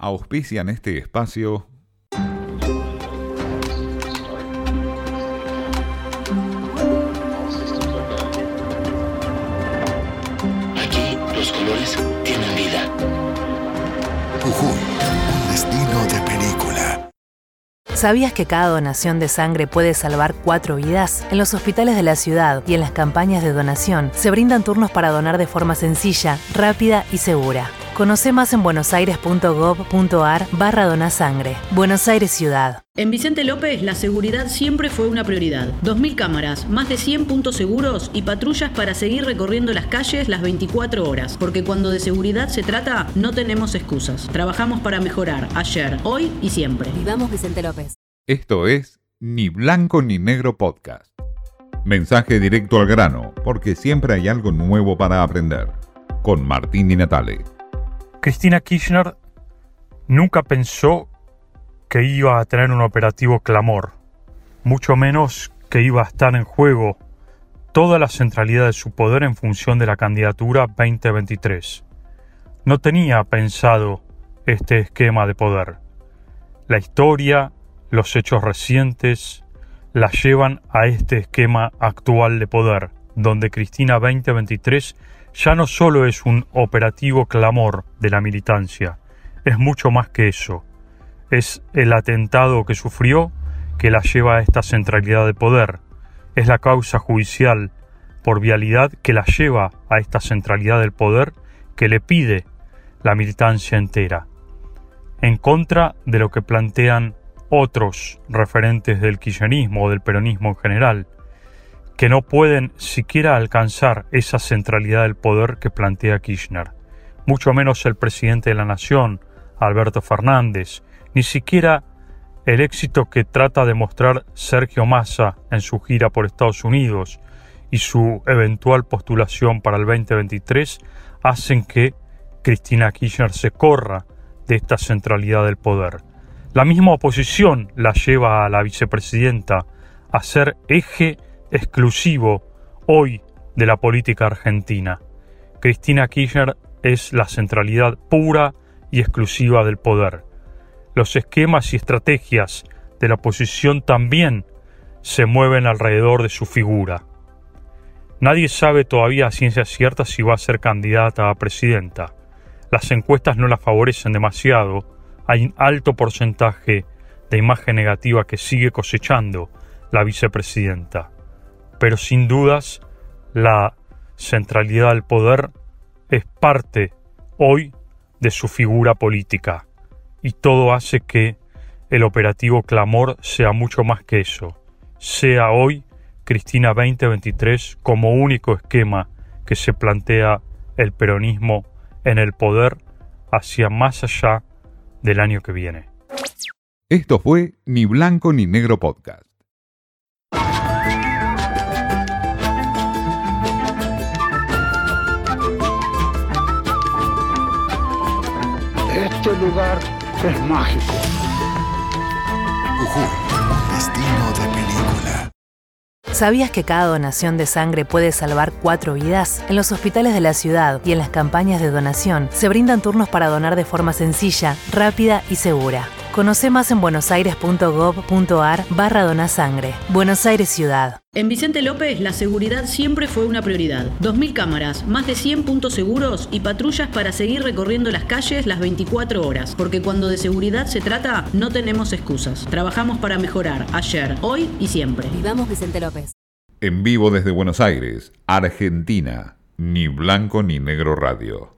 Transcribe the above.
auspician este espacio. Aquí los colores tienen vida. Jujuy, un destino de película. ¿Sabías que cada donación de sangre puede salvar 4 vidas? En los hospitales de la ciudad y en las campañas de donación se brindan turnos para donar de forma sencilla, rápida y segura. Conoce más en buenosaires.gov.ar/donasangre. Buenos Aires Ciudad. En Vicente López, la seguridad siempre fue una prioridad. 2.000 cámaras, más de 100 puntos seguros y patrullas para seguir recorriendo las calles las 24 horas. Porque cuando de seguridad se trata, no tenemos excusas. Trabajamos para mejorar ayer, hoy y siempre. Vivamos Vicente López. Esto es Ni Blanco ni Negro Podcast. Mensaje directo al grano, porque siempre hay algo nuevo para aprender. Con Martín Di Natale. Cristina Kirchner nunca pensó que iba a tener un operativo Clamor, mucho menos que iba a estar en juego toda la centralidad de su poder en función de la candidatura 2023. No tenía pensado este esquema de poder. La historia, los hechos recientes, la llevan a este esquema actual de poder, donde Cristina 2023 ya no solo es un operativo Clamor de la militancia, es mucho más que eso. Es el atentado que sufrió que la lleva a esta centralidad de poder. Es la causa judicial por vialidad que la lleva a esta centralidad del poder que le pide la militancia entera. En contra de lo que plantean otros referentes del kirchnerismo o del peronismo en general, que no pueden siquiera alcanzar esa centralidad del poder que plantea Kirchner. Mucho menos el presidente de la Nación, Alberto Fernández, ni siquiera el éxito que trata de mostrar Sergio Massa en su gira por Estados Unidos y su eventual postulación para el 2023 hacen que Cristina Kirchner se corra de esta centralidad del poder. La misma oposición la lleva a la vicepresidenta a ser eje exclusivo hoy de la política argentina. Cristina Kirchner es la centralidad pura y exclusiva del poder. Los esquemas y estrategias de la oposición también se mueven alrededor de su figura. Nadie sabe todavía a ciencia cierta si va a ser candidata a presidenta. Las encuestas no la favorecen demasiado. Hay un alto porcentaje de imagen negativa que sigue cosechando la vicepresidenta. Pero sin dudas, la centralidad del poder es parte hoy de su figura política. Y todo hace que el operativo Clamor sea mucho más que eso. Sea hoy Cristina 2023 como único esquema que se plantea el peronismo en el poder hacia más allá del año que viene. Esto fue Ni Blanco ni Negro Podcast. Este lugar es mágico. Jujuy, un destino de película. ¿Sabías que cada donación de sangre puede salvar 4 vidas? En los hospitales de la ciudad y en las campañas de donación se brindan turnos para donar de forma sencilla, rápida y segura. Conoce más en buenosaires.gov.ar/donasangre. Buenos Aires Ciudad. En Vicente López, la seguridad siempre fue una prioridad. 2.000 cámaras, más de 100 puntos seguros y patrullas para seguir recorriendo las calles las 24 horas. Porque cuando de seguridad se trata, no tenemos excusas. Trabajamos para mejorar ayer, hoy y siempre. Vivamos Vicente López. En vivo desde Buenos Aires, Argentina. Ni Blanco ni Negro Radio.